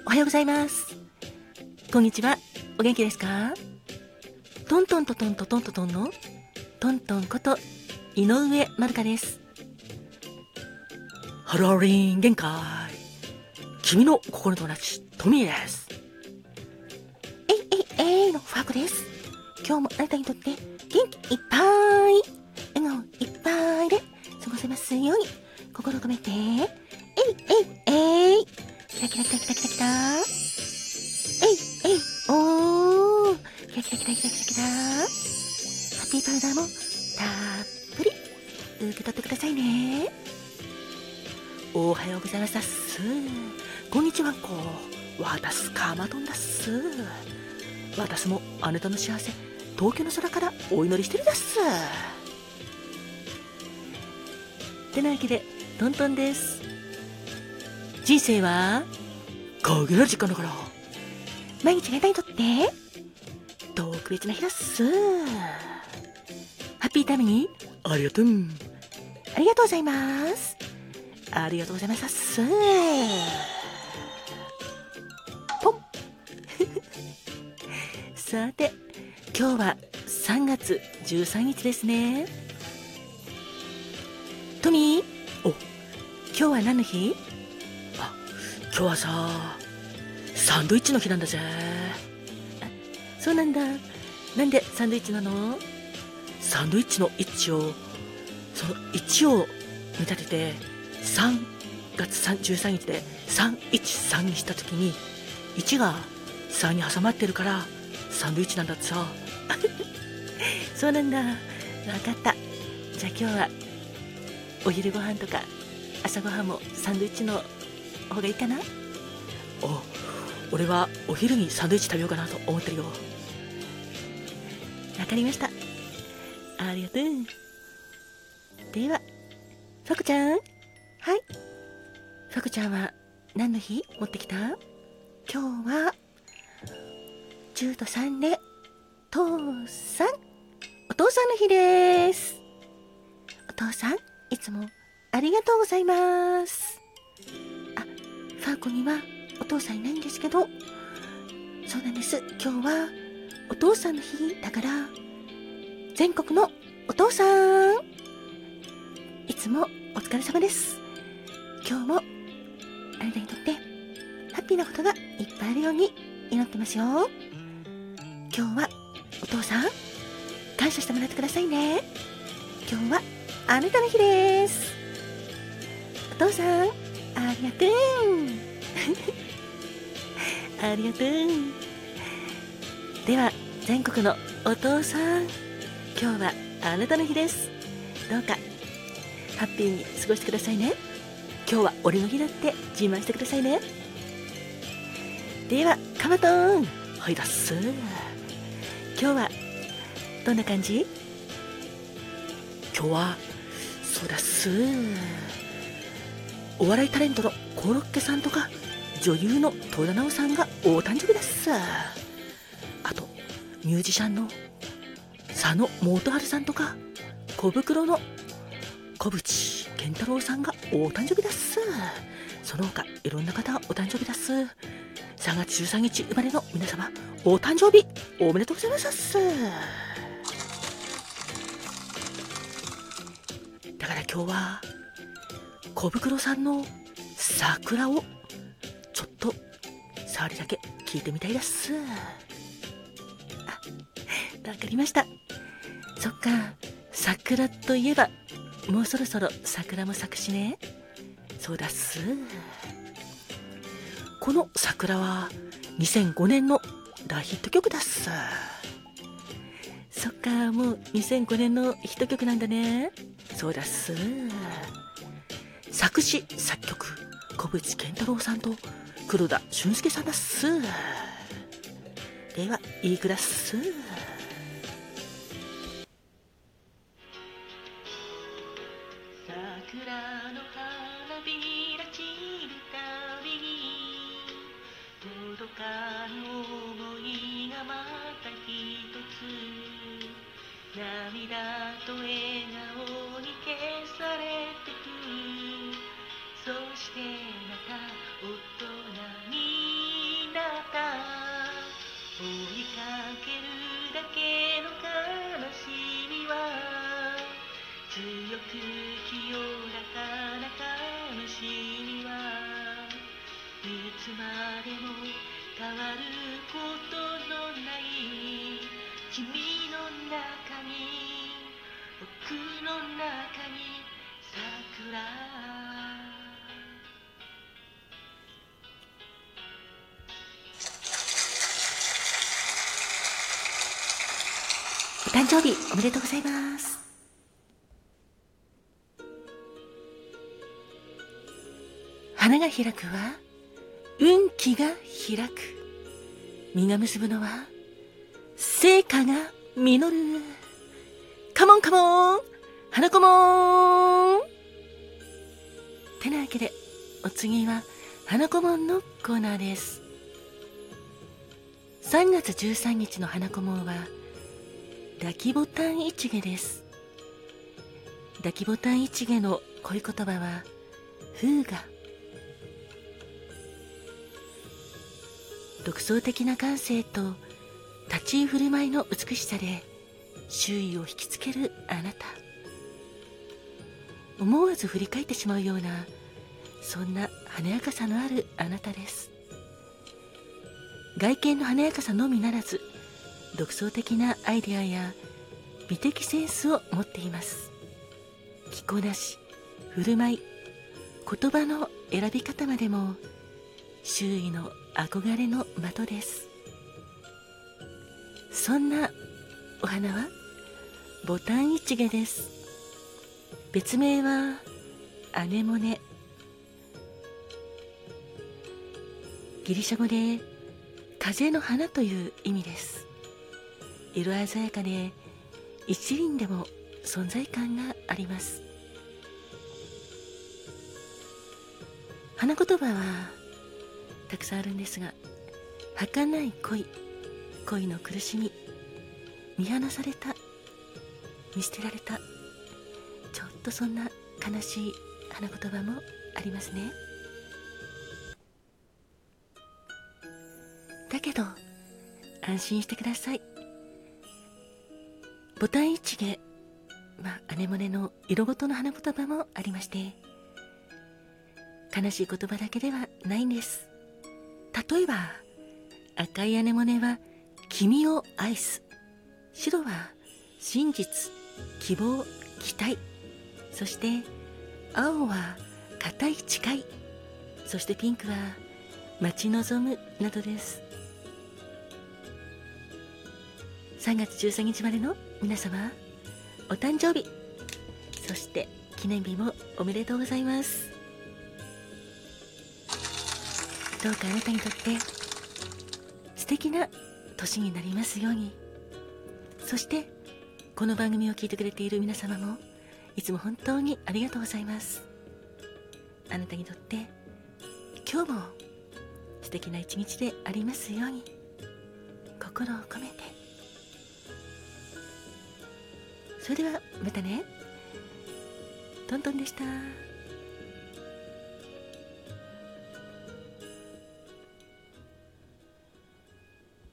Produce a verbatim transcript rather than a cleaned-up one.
おはようございます。こんにちは。お元気ですか？トントントントントントントンのトントンこと井上まるかです。ハローリン限界。君の心の友達トミーです。えいえいえいのファークです。今日もあなたにとって元気いっぱい、笑顔いっぱいで過ごせますように心を込めて、えいえいえい、キラキラキラキラキラキラ、えいえいおー、キラキラキラキラキラキラ、ハッピーパウダーもたっぷり受け取ってくださいね。おはようございます。こんにちはんこ。私カマトンだっす。私もあなたの幸せ東京の空からお祈りしてるだっす。てなわけでトントンです。人生は限られる時間だから毎日があなたにとって特別な日だっす。ハッピータイムにありがとう。ありがとうございます。ありがとうございますっす。ポンさて今日はさんがつじゅうさんにちですね。トミー、お、今日は何の日？あ、今日はさサンドイッチの日なんだぜ。あ、そうなんだ。なんでサンドイッチなの？サンドイッチの一をその一を見立ててさんがつじゅうさんにちでさんいちさんにしたときにいちがさんに挟まってるからサンドイッチなんだってさ。そうなんだ。わかった。じゃあ今日はお昼ご飯とか朝ごはんもサンドイッチの方がいいかな。お、俺はお昼にサンドイッチ食べようかなと思ってるよ。わかりました。ありがとう。ではファクちゃん、はい、ファクちゃんは何の日持ってきた？今日はじゅうとさんで父さん、お父さんの日です。お父さんいつもありがとうございます。あ、ファーコにはお父さんいないんですけど、そうなんです。今日はお父さんの日だから全国のお父さんいつもお疲れ様です。今日もあなたにとってハッピーなことがいっぱいあるように祈ってますよ。今日はお父さん感謝してもらってくださいね。今日はあなたの日です。お父さんありがとう。ありがとう。では全国のお父さん、今日はあなたの日です。どうかハッピーに過ごしてくださいね。今日は俺の日だって自慢してくださいね。ではカマトン、はいだっす。今日はどんな感じ？今日はそうだっす、お笑いタレントのコロッケさんとか女優の戸田奈緒さんがお誕生日だっす。あとミュージシャンの佐野元春さんとか小袋の小渕健太郎さんがお誕生日だっす。その他いろんな方がお誕生日だっす。さんがつじゅうさんにち生まれの皆様お誕生日おめでとうございますっす。だから今日は小袋さんの桜をちょっと触りだけ聞いてみたいです。あ、わかりました。そっか、桜といえばもうそろそろ桜も咲くしね。そうだっす。この桜はにせんごねんの大ヒット曲だっす。そっか、もうにせんごねんのヒット曲なんだね。そうだっす。作詞作曲小渕健太郎さんと黒田俊介さんだっす。ではいい句だっす。桜の花びら散るたびに届かぬ想いがまた一つ涙と笑顔に消されてく。そしてまた大人にく清らかな悲しみはいつまでも変わることのない君の中に僕の中に桜。お誕生日おめでとうございます。花が開くは運気が開く。実が結ぶのは成果が実る。カモンカモン花子もん。てなわけでお次は花子もんのコーナーです。さんがつじゅうさんにちの花子もんは抱きボタン一芸です。抱きボタン一芸の恋言葉は風雅。独創的な感性と立ち居振る舞いの美しさで周囲を引きつけるあなた。思わず振り返ってしまうようなそんな華やかさのあるあなたです。外見の華やかさのみならず独創的なアイデアや美的センスを持っています。着こなし、振る舞い、言葉の選び方までも周囲の憧れの的です。そんなお花はボタン一芸です。別名はアネモネ。ギリシャ語で風の花という意味です。色鮮やかで一輪でも存在感があります。花言葉はたくさんあるんですが、儚い恋、恋の苦しみ、見放された、見捨てられた、ちょっとそんな悲しい花言葉もありますね。だけど安心してください。ボタン一芸、まあアネモネの色ごとの花言葉もありまして、悲しい言葉だけではないんです。例えば赤いアネモネは君を愛す、白は真実、希望、期待、そして青は固い誓い、そしてピンクは待ち望むなどです。さんがつじゅうさんにちまでの皆様、お誕生日、そして記念日もおめでとうございます。どうかあなたにとって素敵な年になりますように。そしてこの番組を聞いてくれている皆様もいつも本当にありがとうございます。あなたにとって今日も素敵な一日でありますように、心を込めて。それではまたね。トントンでした。